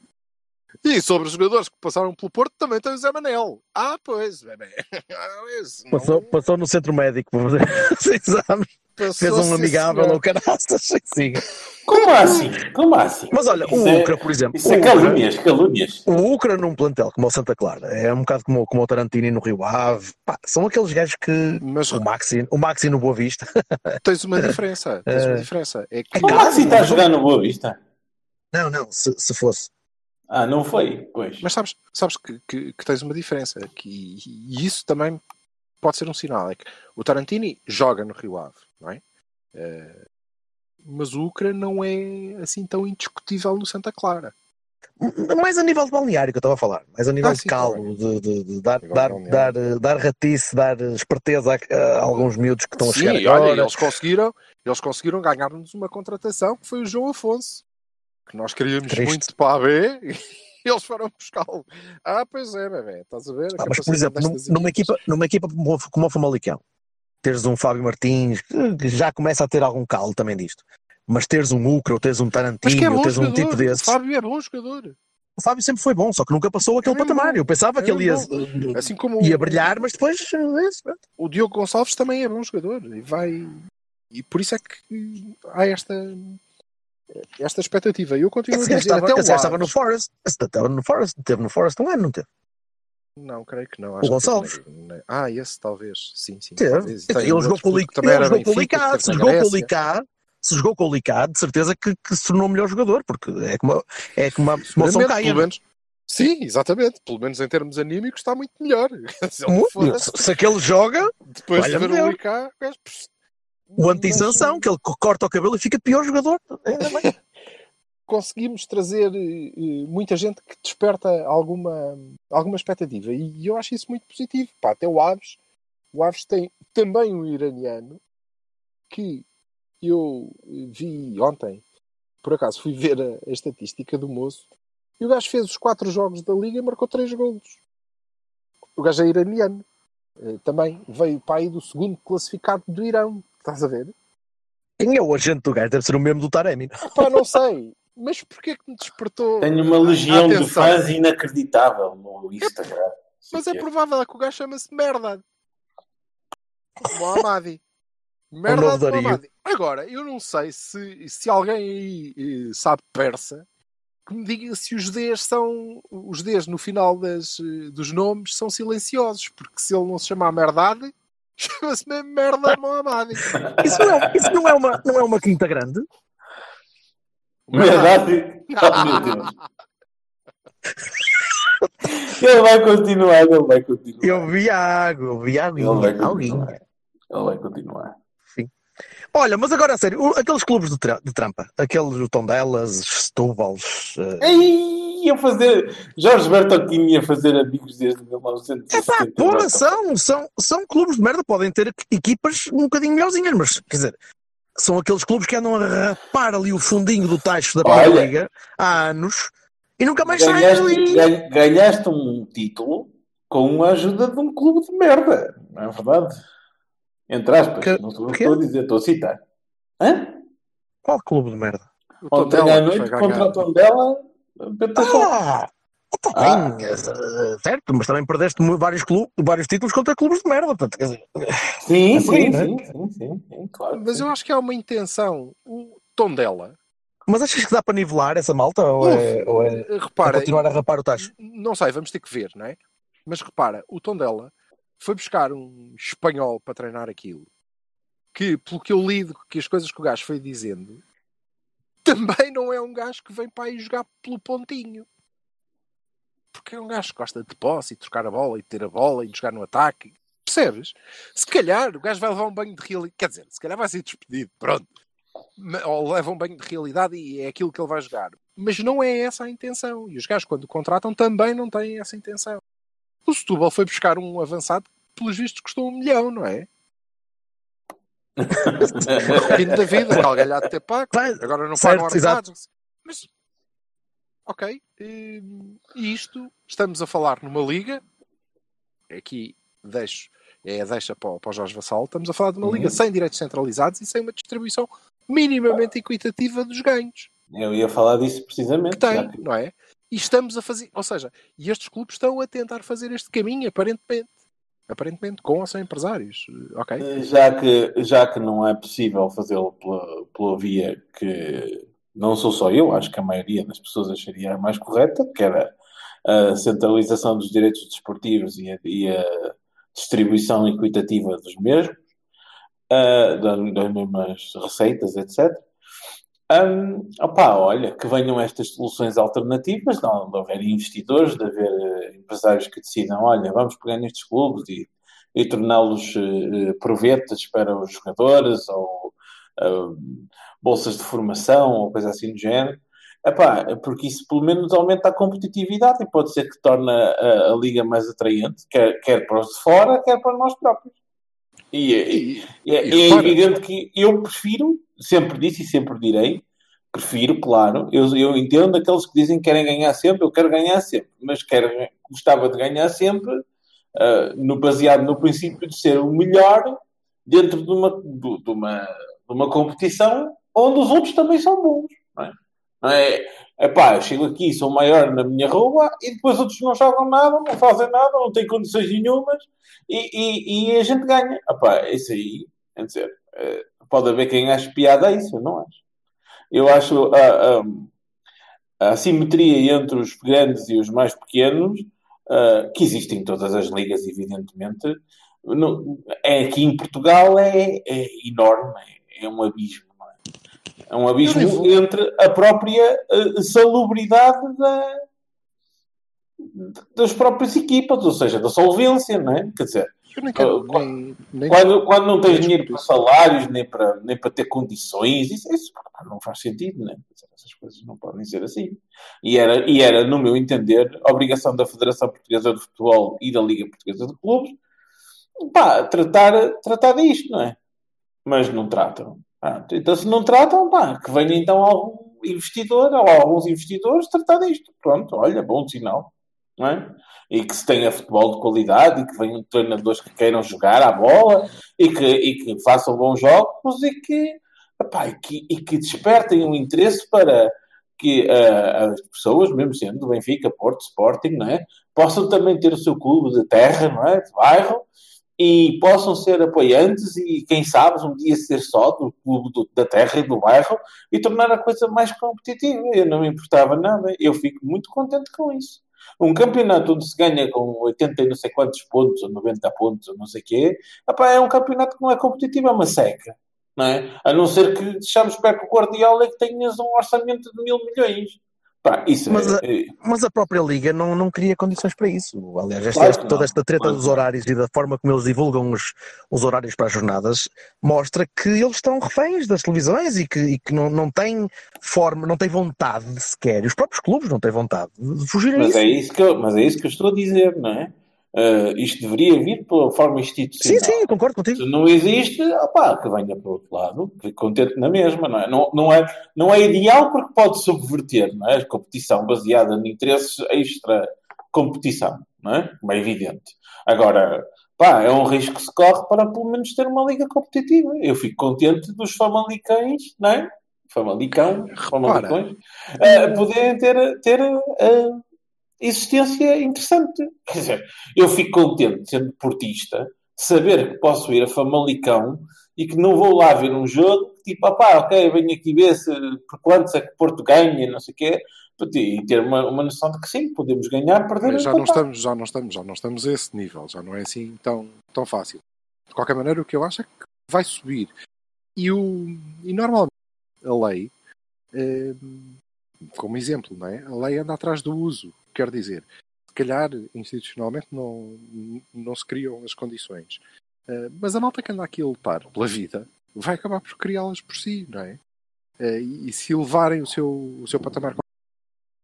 I: E sobre os jogadores que passaram pelo Porto também tem o Zé Manel. Ah, pois, bebê. Esse não-
H: Passou, passou no centro médico para fazer os exames.
I: passou,
H: Fez um
I: sim,
H: amigável
I: senhor.
H: ao caraças. Sim.
J: Como assim? Como assim?
H: Mas olha,
J: Isso
H: o
J: é-
H: Ucra, por exemplo.
J: Isso
H: o
J: é
H: Ucra-
J: calúnias, calúnias.
H: O Ucra num plantel como o Santa Clara é um bocado como, como o Tarantini no Rio Ave. Pá, são aqueles gajos que.
I: Mas
H: O Maxi, o Maxi no Boa Vista.
I: tens uma diferença. Tens uma diferença. É que
H: É
J: O
H: caro,
J: Maxi está a
H: mas-
J: jogar no Boa Vista?
H: Não, não, se, se fosse.
J: Ah, não foi? Pois.
I: Mas sabes, sabes que, que, que tens uma diferença. Que, e isso também pode ser um sinal. É que o Tarantini joga no Rio Ave, não é? Eh, mas o Ucra não é assim tão indiscutível no Santa Clara.
H: Mais a nível de balneário que eu estava a falar. Mais a nível
I: Ah,
H: de
I: sim,
H: calo, de, de- de dar,
I: Nível
H: dar,
I: de
H: dar,
I: balneário.
H: dar ratice, dar esperteza a, a alguns miúdos que estão a
I: Sim,
H: chegar
I: e
H: agora.
I: olha, eles conseguiram, eles conseguiram ganhar-nos uma contratação que foi o João Afonso. Que nós queríamos
H: Triste.
I: muito para a B e eles foram buscá-lo. Ah, pois é, bebê, estás a ver? A
H: Ah, mas, por
I: capacidade
H: exemplo, num-
I: destas
H: numa,
I: equipas.
H: equipa, numa equipa como, como o Famalicão, teres um Fábio Martins, que já começa a ter algum calo também disto, mas teres um Ucra, ou teres um
I: Mas que é
H: Tarantino, ou
I: bom
H: teres um
I: jogador.
H: tipo desses.
I: O Fábio é bom jogador.
H: O Fábio sempre foi bom, só que nunca passou aquele
I: É mesmo
H: patamar.
I: bom.
H: Eu pensava
I: É
H: que ele ia,
I: mesmo Assim como o-
H: ia brilhar, mas depois. eh,
I: o Diogo Gonçalves também é bom jogador e vai e por isso é que há esta esta expectativa. Eu continuo a
H: Esse gajo
I: dizer
H: estava,
I: até o
H: esse gajo estava no
I: Aves.
H: Forest. Esse estava no Forest. Teve no Forest um ano, não teve?
I: Não, creio que não.
H: O
I: Acho que
H: Gonçalves.
I: teve na- na- Ah, esse talvez. Sim, sim.
H: Teve.
I: talvez. E tem
H: Ele jogou
I: outro
H: com o
I: clube
H: Lic-
I: que também
H: ele
I: era
H: jogou com o
I: Benfica,
H: Licá.
I: que
H: Se
I: teve na
H: jogou com o
I: Grécia.
H: Licá, se jogou com o Licá, de certeza que, que se tornou melhor jogador, porque é como, é como uma emoção
I: Seguramente,
H: caia.
I: pelo menos. Sim, exatamente. Pelo menos em termos anímicos está muito melhor. Se ele
H: Muito.
I: fosse,
H: Se, se aquele joga,
I: depois de
H: Olha,
I: ver o
H: meu.
I: Licá, o gajo, pss,
H: o
I: mas,
H: anti-sanção, que ele co- corta o cabelo e fica pior jogador. Ainda bem.
I: conseguimos trazer eh, eh, muita gente que desperta alguma, alguma expectativa e eu acho isso muito positivo. Pá, até o Aves, o Aves tem também um iraniano que eu eh, vi ontem, por acaso fui ver a, a estatística do moço e o gajo fez os quatro jogos da Liga e marcou três golos. O gajo é iraniano. Eh, também veio para aí do segundo classificado do Irão. Estás a ver?
H: Quem é o agente do gajo? Deve ser o mesmo do Taremi.
I: Pá, não sei. Mas porquê que me despertou?
J: Tenho uma legião de
I: Atenção.
J: fãs inacreditável no Instagram.
I: Mas
J: Sei
I: é
J: que
I: provável que o gajo chama-se Merda. Mohammadi.
H: É o
I: Merda
H: novo
I: de
H: Dario.
I: Mohammadi. Agora, eu não sei se, se alguém aí eh, sabe persa que me diga se os Ds são. Os Ds no final das, eh, dos nomes são silenciosos, porque se ele não se chamar Merdade, chama-se mesmo Merda Mohammadi.
H: Isso não é, isso não é, uma, não é uma quinta grande?
J: Verdade? Oh, meu Deus. Ele vai continuar, ele vai continuar.
H: Eu vi água, eu vi
J: Ele vai
H: aguinha, aguinha.
J: continuar. Ele vai continuar.
H: Olha, mas agora a sério, o- aqueles clubes de, tra- de trampa, aqueles o Tondelas, Setúbals, eh,
J: Ei, ia fazer. Jorge Bertolini ia fazer amigos desde mil novecentos e
H: epá,
J: setenta.
H: porra, são, são, são clubes de merda, podem ter equipas um bocadinho melhorzinhas, mas quer dizer, são aqueles clubes que andam a rapar ali o fundinho do tacho da
J: Olha.
H: Primeira Liga há anos e nunca mais saem
J: Ganhaste,
H: ali.
J: ganha- ganhaste um título com a ajuda de um clube de merda, não é verdade? Entre aspas,
H: Que-
J: não sou eu que
H: quê?
J: estou a dizer, estou a citar. Hã?
H: Qual clube de merda?
I: O
J: Ontem
I: Tondela
J: à
I: que
J: noite
I: foi
J: contra
I: ganhar.
J: o Tondela, Pentação.
H: Ah, está
J: Ah.
H: bem, eh, certo, mas também perdeste mu- vários, clubes, vários títulos contra clubes de merda, portanto, quer dizer,
J: Sim,
H: É por aí,
J: sim,
H: não é?
J: sim, sim, sim, sim, claro. que
I: Mas
J: sim.
I: eu acho que há uma intenção. O Tondela.
H: mas achas que dá para nivelar essa malta ou é, ou é
I: eh,
H: para
I: repara,
H: continuar a rapar o tacho?
I: não sei, vamos ter que ver, não é? Mas repara, o Tondela foi buscar um espanhol para treinar aquilo. Que, pelo que eu lido, que as coisas que o gajo foi dizendo, também não é um gajo que vem para aí jogar pelo pontinho. Porque é um gajo que gosta de posse e de trocar a bola e de ter a bola e de jogar no ataque. Percebes? Se calhar o gajo vai levar um banho de realidade. Quer dizer, se calhar vai ser despedido. Pronto. Ma- Ou leva um banho de realidade e é aquilo que ele vai jogar. Mas não é essa a intenção. E os gajos, quando contratam, também não têm essa intenção. O Setúbal foi buscar um avançado que, pelos vistos, custou um milhão, não é? Repino da vida, calgalhado de ter pago. Agora não pagam ordenados. Mas, ok. E isto, estamos a falar numa liga. Aqui deixo, é a deixa para, para o Jorge Vassal. Estamos a falar de uma
J: Uhum.
I: liga sem direitos centralizados e sem uma distribuição minimamente equitativa dos ganhos.
J: Eu ia falar disso precisamente.
I: Que tem,
J: já que-
I: não é? E estamos a fazer, ou seja, e estes clubes estão a tentar fazer este caminho, aparentemente. Aparentemente, com ou sem empresários. Ok?
J: Já que, já que não é possível fazê-lo pela, pela via que não sou só eu, acho que a maioria das pessoas acharia a mais correta, que era a centralização dos direitos desportivos e a, e a distribuição equitativa dos mesmos, uh, das, das mesmas receitas, etcétera. Um, opá, olha, que venham estas soluções alternativas, de de haver investidores, de haver uh, empresários que decidam, olha, vamos pegar nestes clubes e, e torná-los uh, provetas para os jogadores, ou uh, bolsas de formação, ou coisa assim do género. Epá, porque isso pelo menos aumenta a competitividade e pode ser que torne a, a liga mais atraente, quer, quer para os de fora, quer para nós próprios. E, e, e, é, e é evidente que eu prefiro, sempre disse e sempre direi, prefiro, claro, eu, eu entendo aqueles que dizem que querem ganhar sempre, eu quero ganhar sempre, mas quero, gostava de ganhar sempre, uh, no, baseado no princípio de ser o melhor dentro de uma, de, de uma, de uma competição onde os outros também são bons, não é? Não é, epá, eu chego aqui, sou maior na minha rua e depois outros não jogam nada, não fazem nada, não têm condições nenhumas e, e, e a gente ganha. Epá, isso aí, quer dizer, pode haver quem ache piada a isso, eu não acho. Eu acho a, a, a assimetria entre os grandes e os mais pequenos, uh, que existem em todas as ligas, evidentemente, no, é, aqui em Portugal é, é enorme, é, é um abismo. É um abismo entre a própria uh, salubridade da, das próprias equipas, ou seja, da solvência, não é? Quer dizer,
I: nem quero,
J: uh,
I: nem, nem
J: quando, quando não tens dinheiro para salários, nem para, nem para ter condições, isso, isso não faz sentido, não é? Essas coisas não podem ser assim. E era, e era, no meu entender, obrigação da Federação Portuguesa de Futebol e da Liga Portuguesa de Clubes, pá, tratar, tratar disto, não é? Mas não tratam. Ah, então, se não tratam, pá, que venha então algum investidor ou alguns investidores tratar disto. Pronto, olha, bom sinal. Não é? E que se tenha futebol de qualidade e que venham treinadores que queiram jogar à bola e que, e que façam bons jogos e que, epá, e que, e que despertem um interesse para que uh, as pessoas, mesmo sendo do Benfica, Porto, Sporting, não é? Possam também ter o seu clube de terra, não é? De bairro, e possam ser apoiantes e, quem sabe, um dia ser só do clube do, da terra e do bairro e tornar a coisa mais competitiva. Eu não me importava nada. Eu fico muito contente com isso. Um campeonato onde se ganha com oitenta e não sei quantos pontos, ou noventa pontos, ou não sei o quê, epá, é um campeonato que não é competitivo, é uma seca. Não é? A não ser que deixamos perto do Guardiola e que tenhas um orçamento de mil milhões. Pá, isso
H: mas,
J: é...
H: a, mas a própria Liga não, não cria condições para isso. Aliás, esta,
J: Claro
H: esta, toda esta treta
J: claro
H: dos horários e da forma como eles divulgam os, os horários para as jornadas mostra que eles estão reféns das televisões e que, e que não, não têm forma, não têm vontade sequer. Os próprios clubes não têm vontade de fugir a
J: mas
H: isso.
J: É isso que eu, mas é isso que eu estou a dizer, não é? Uh, isto deveria vir pela forma institucional.
H: Sim, sim, eu concordo contigo.
J: Se não existe, opá, que venha para o outro lado, que contente na mesma, não é? Não, não é? não é ideal porque pode subverter, não é? A competição baseada em interesses extra-competição, não é? Como é evidente. Agora, pá, é um risco que se corre para pelo menos ter uma liga competitiva. Eu fico contente dos famalicães, não é? Famalicão, famalicões, uh, poderem ter... ter uh, existência interessante. Quer dizer, eu fico contente, sendo portista, saber que posso ir a Famalicão e que não vou lá ver um jogo, tipo, ah pá, ok, venho aqui ver se por quantos é que Porto ganha, não sei o quê, e ter uma, uma noção de que sim, podemos ganhar, perder...
I: Já não, estamos, já não estamos, já não estamos a esse nível, já não é assim tão, tão fácil. De qualquer maneira, o que eu acho é que vai subir. E, o, e normalmente a lei, é, como exemplo, não é? A lei anda atrás do uso. Quer dizer, se calhar institucionalmente não, não se criam as condições. Uh, mas a malta que anda aqui a lutar pela vida vai acabar por criá-las por si, não é? Uh, e, e se levarem o seu, o seu patamar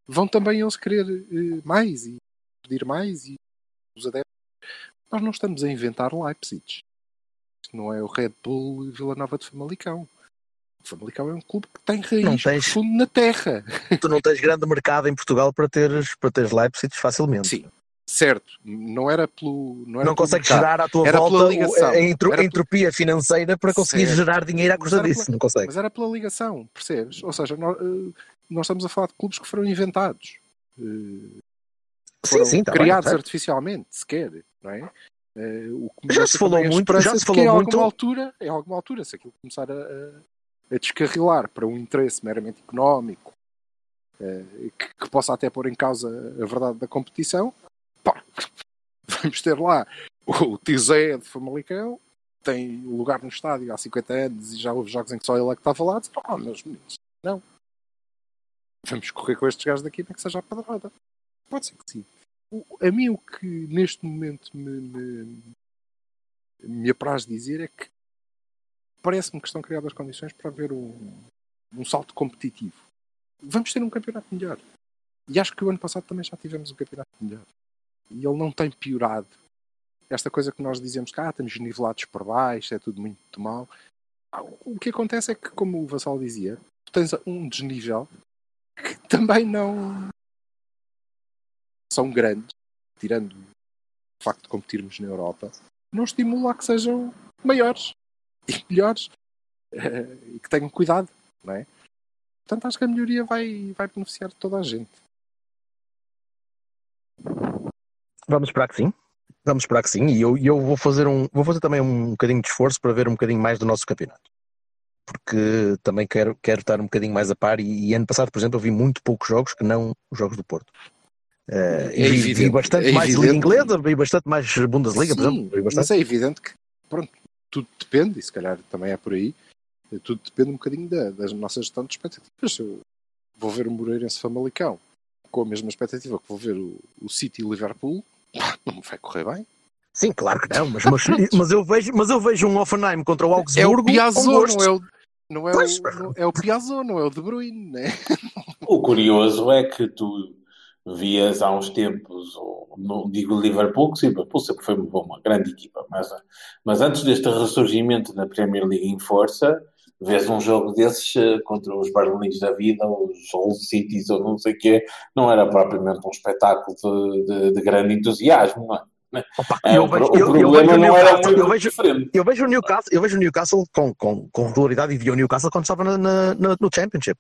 I: vão também eles querer uh, mais e pedir mais e os adeptos. Nós não estamos a inventar Leipzig. Isto não é o Red Bull Vila Nova de Famalicão. O Famalicão é um clube que tem raiz
H: não tens,
I: profundo na terra.
H: Tu não tens grande mercado em Portugal para teres, para teres Leipzig facilmente.
I: Sim, certo. Não era pelo Não, era
H: não
I: pelo
H: consegues
I: mercado.
H: gerar à tua
I: era
H: volta
I: ligação.
H: a, entro,
I: era
H: a entropia financeira para conseguir
I: certo.
H: gerar dinheiro à custa disso.
I: Pela,
H: não consegues.
I: Mas era pela ligação, percebes? Ou seja, nós, nós estamos a falar de clubes que foram inventados. Que foram
H: sim, sim, tá
I: criados
H: bem,
I: artificialmente, sequer. Não é? Uh, o que
H: já se falou muito, já se falou
I: em
H: muito.
I: Alguma altura, em alguma altura, se aquilo começar a, a, a descarrilar para um interesse meramente económico, uh, que, que possa até pôr em causa a verdade da competição, pá, vamos ter lá o tio Zé de Famalicão, tem lugar no estádio há cinquenta anos e já houve jogos em que só ele é que estava lá, diz, ah, meus meninos, não. Vamos correr com estes gajos daqui, nem que seja a padrada. Pode ser que sim. A mim o que neste momento me, me, me apraz dizer é que parece-me que estão criadas as condições para haver um, um salto competitivo. Vamos ter um campeonato melhor. E acho que o ano passado também já tivemos um campeonato melhor. E ele não tem piorado. Esta coisa que nós dizemos que ah, estamos nivelados por baixo, é tudo muito mal. O que acontece é que, como o Vassal dizia, tu tens um desnível que também não... são grandes, tirando o facto de competirmos na Europa, não estimula a que sejam maiores e melhores e que tenham cuidado, não é? Portanto, acho que a melhoria vai, vai beneficiar de toda a gente.
H: Vamos esperar que sim. Vamos esperar que sim. E eu, eu vou fazer um, vou fazer também um bocadinho de esforço para ver um bocadinho mais do nosso campeonato. Porque também quero, quero estar um bocadinho mais a par. E, e ano passado, por exemplo, eu vi muito poucos jogos que não os jogos do Porto. Uh,
I: é
H: vi, vi bastante
I: é
H: mais
I: evidente.
H: Liga Inglesa, vi bastante mais Bundesliga,
I: Sim,
H: por exemplo. Vi bastante.
I: Mas é evidente que, pronto, tudo depende, e se calhar também é por aí, tudo depende um bocadinho da, da nossa gestão de expectativas. Se eu vou ver o Moreirense Famalicão com a mesma expectativa que vou ver o, o City e Liverpool, não me vai correr bem.
H: Sim, claro que não, mas, mas, mas, eu, vejo, mas eu vejo um Hoffenheim contra o Augsburgo.
I: É o Piazon, não é o, não é
H: pois.
I: o, não, é o Piazon, não é o De Bruyne, né?
J: O curioso é que tu vias há uns tempos, ou, não digo Liverpool, que sim, Liverpool sempre foi uma, uma grande equipa, mas, mas antes deste ressurgimento na Premier League em força, vês um jogo desses contra os Burnleys da vida, os Hull Cities ou não sei o quê, não era propriamente um espetáculo de, de, de grande entusiasmo, não é?
H: Opa,
J: é,
H: eu
J: o,
H: vejo,
J: o
H: eu,
J: problema
H: eu
J: não era muito
H: eu vejo,
J: diferente.
H: Eu vejo o Newcastle, eu vejo o Newcastle com, com, com regularidade e vi o Newcastle quando estava na, na, no Championship.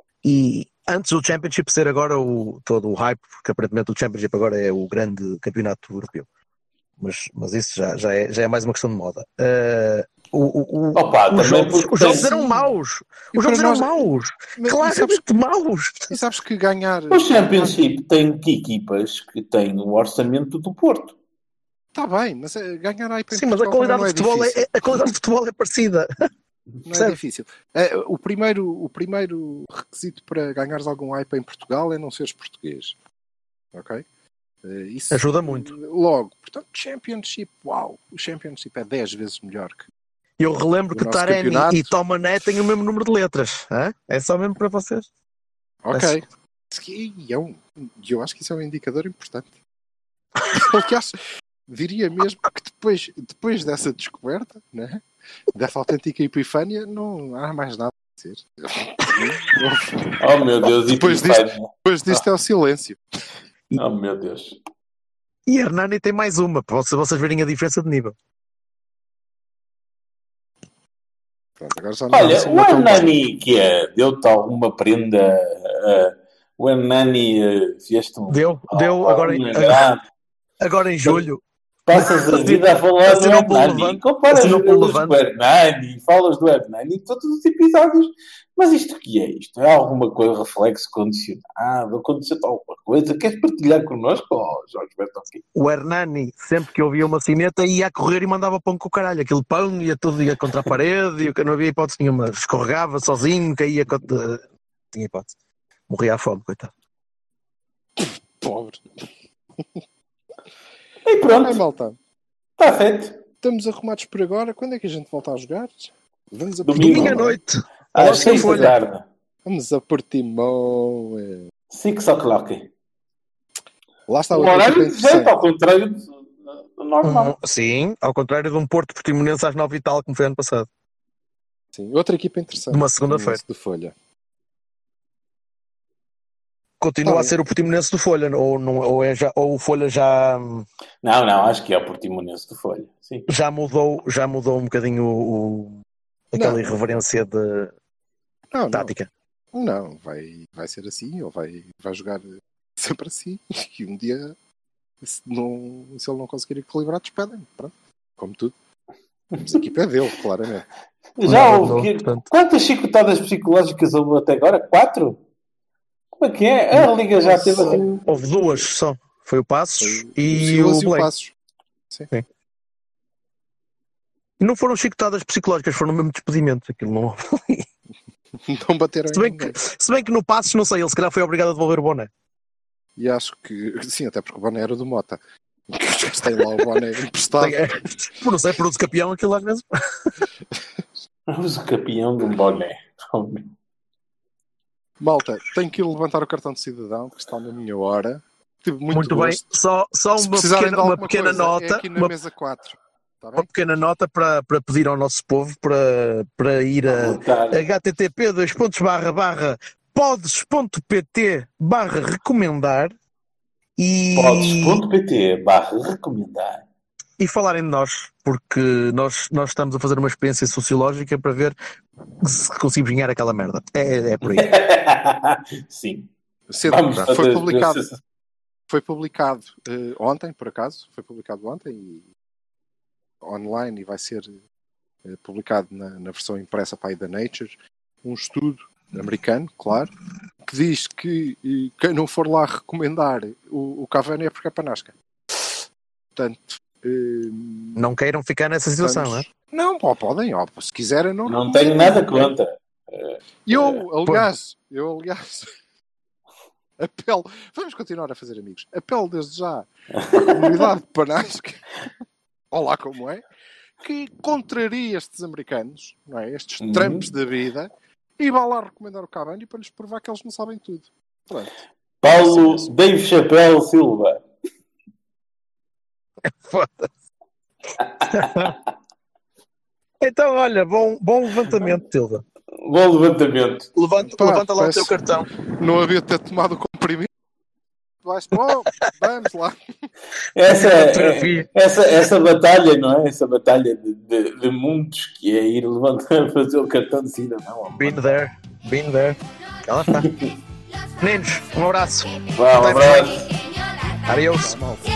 H: E antes do Championship ser agora o, todo o hype, porque aparentemente o Championship agora é o grande campeonato europeu. Mas, mas isso já, já, é, já é mais uma questão de moda. Uh, o, o,
J: Opa,
H: os jogos, os jogos
J: tem...
H: eram maus. Os jogos eram maus. Claramente maus.
I: E sabes que ganhar...
J: O Championship tem que equipas que têm o orçamento do Porto.
I: Está bem, mas ganhar hype em
H: Sim, mas a qualidade,
I: é
H: de futebol é, a qualidade de futebol é parecida.
I: Não é difícil. O primeiro, o primeiro requisito para ganhares algum hype em Portugal é não seres português. Ok? Isso
H: ajuda muito.
I: Logo, portanto, Championship, uau, o Championship é dez vezes melhor que.
H: Eu relembro que Taremi campeonato. E Tomané têm o mesmo número de letras. Hein? É só mesmo para vocês.
I: Ok. E é um, eu acho que isso é um indicador importante. Aliás, diria mesmo que depois, depois dessa descoberta, né, dessa autêntica epifânia, não há mais nada a dizer.
J: Oh meu Deus,
I: depois disto, depois disto é o silêncio.
J: Oh meu Deus.
H: E Hernani tem mais uma, para vocês verem a diferença de nível.
I: Pronto, agora já não
J: olha,
I: assim
J: o Hernani que é, deu-te alguma prenda? Uh, o Hernani uh, fez-te um...
H: Deu,
J: oh,
H: deu, agora,
J: um
H: agora, agora em julho.
J: Passas a vida a falar do Hernani. Comparas
H: os
J: jogadores do Hernani, falas do Hernani em todos os episódios. Mas isto o que é isto? É alguma coisa, reflexo condicionado? Aconteceu-te alguma coisa? Queres partilhar connosco? Oh, Jorge Bertolini.
H: O Hernani, sempre que ouvia uma cineta, ia a correr e mandava pão com o caralho. Aquele pão ia tudo ia contra a parede, e não havia hipótese nenhuma. Escorregava sozinho, caía contra... Tinha hipótese. Morria à fome, coitado.
I: Pobre.
J: E pronto.
I: Ai, malta.
J: Está feito.
I: Estamos arrumados por agora. Quando é que a gente volta a jogar? Vamos a
H: Domingo à noite.
J: Às seis da tarde.
I: Vamos a Portimão.
J: Six o'clock.
I: Lá está
J: o
I: outra
J: horário
I: equipa
J: de jeito,
I: interessante.
J: ao contrário do, do normal.
H: Uhum, sim, ao contrário de um Porto Portimonense às nove e tal, como foi ano passado.
I: Sim, outra equipa interessante.
H: De uma segunda-feira.
I: De Folha.
H: Continua
I: Tá
H: a
I: bem.
H: ser o Portimonense do Folha, ou, não, ou, é já, ou o Folha já,
J: Não, não, acho que é o Portimonense do Folha. Sim.
H: já, mudou, já mudou um bocadinho o, o- aquela
I: Não.
H: irreverência de
I: Não, não.
H: tática.
I: Não, vai, vai ser assim, ou vai, vai jogar sempre assim. E um dia, se, não, se ele não conseguir equilibrar, despedem. Pronto, como tudo. Mas a equipa é dele, claramente.
J: Já
H: Não,
J: houve.
H: não,
J: que-
H: portanto.
J: Quantas chicotadas psicológicas houve até agora? Quatro? Como é que é? A Liga já teve assim.
H: Houve duas só. Foi o Passos
I: Foi
H: e
I: o
H: o
I: Silas e o
H: Blake.
I: Passos. Sim.
H: Sim. E não foram chicotadas psicológicas, foram mesmo despedimentos. Aquilo não...
I: Não bateram
H: se,
I: em
H: bem
I: ninguém.
H: que, se bem que no Passos, não sei, ele se calhar foi obrigado a devolver o boné.
I: E acho que, sim, até porque o boné era do Mota. Que os gajos têm lá o boné emprestado.
H: Por não sei, por uso campeão, aquilo às vezes.
J: Uso campeão de um boné.
I: Malta, tenho que ir levantar o cartão de cidadão, que está na minha hora. Tive muito,
H: Muito bem,
I: gosto.
H: só, só
I: Se
H: uma
I: precisarem
H: pequena,
I: de
H: uma
I: alguma
H: pequena
I: coisa,
H: nota.
I: é aqui na
H: uma,
I: mesa quatro. Tá bem?
H: uma pequena nota para, para pedir ao nosso povo para, para ir a h t t p dois pontos barra barra podes.pt barra recomendar e,
J: Podes.pt barra recomendar.
H: e falarem de nós, porque nós, nós estamos a fazer uma experiência sociológica para ver se conseguimos ganhar aquela merda. É, é por aí.
J: Sim.
I: Cedo,
J: Vamos
I: foi
J: fazer-
I: publicado, foi publicado eh, ontem, por acaso. Foi publicado ontem e online e vai ser eh, publicado na, na versão impressa para a da Nature. Um estudo americano, claro, que diz que eh, quem não for lá recomendar o, o Cavani é porque é panasca. Portanto, eh,
H: Não queiram ficar nessa situação, não é?
I: não, pô, podem, ó, se quiserem, não.
J: Não tenho nada contra.
I: Eu, aliás, eu, aliás, apelo, vamos continuar a fazer amigos. Apelo desde já à comunidade de Panasca, olá como é, que contraria estes americanos, não é? Estes
J: Uhum.
I: Trumps da vida, e vá lá recomendar o Cavani para lhes provar que eles não sabem tudo. Pronto.
J: Paulo Dave Chapéu Silva.
H: Foda-se. Então, olha, bom, bom levantamento, Tilda.
J: Bom levantamento.
H: Levanta,
I: Pá,
H: levanta lá
I: parece-
H: o teu cartão.
I: Não havia de ter tomado o comprimido. Vais, bom, vamos lá.
J: Essa,
H: Fotografia.
J: essa, essa batalha, não é? Essa batalha de, de, de mundos que é ir levantar fazer o cartão de cidadão.
H: Been there, been there. Ela está. Meninos, um abraço.
J: Vá, um abraço.
H: Adeus.
I: Malta.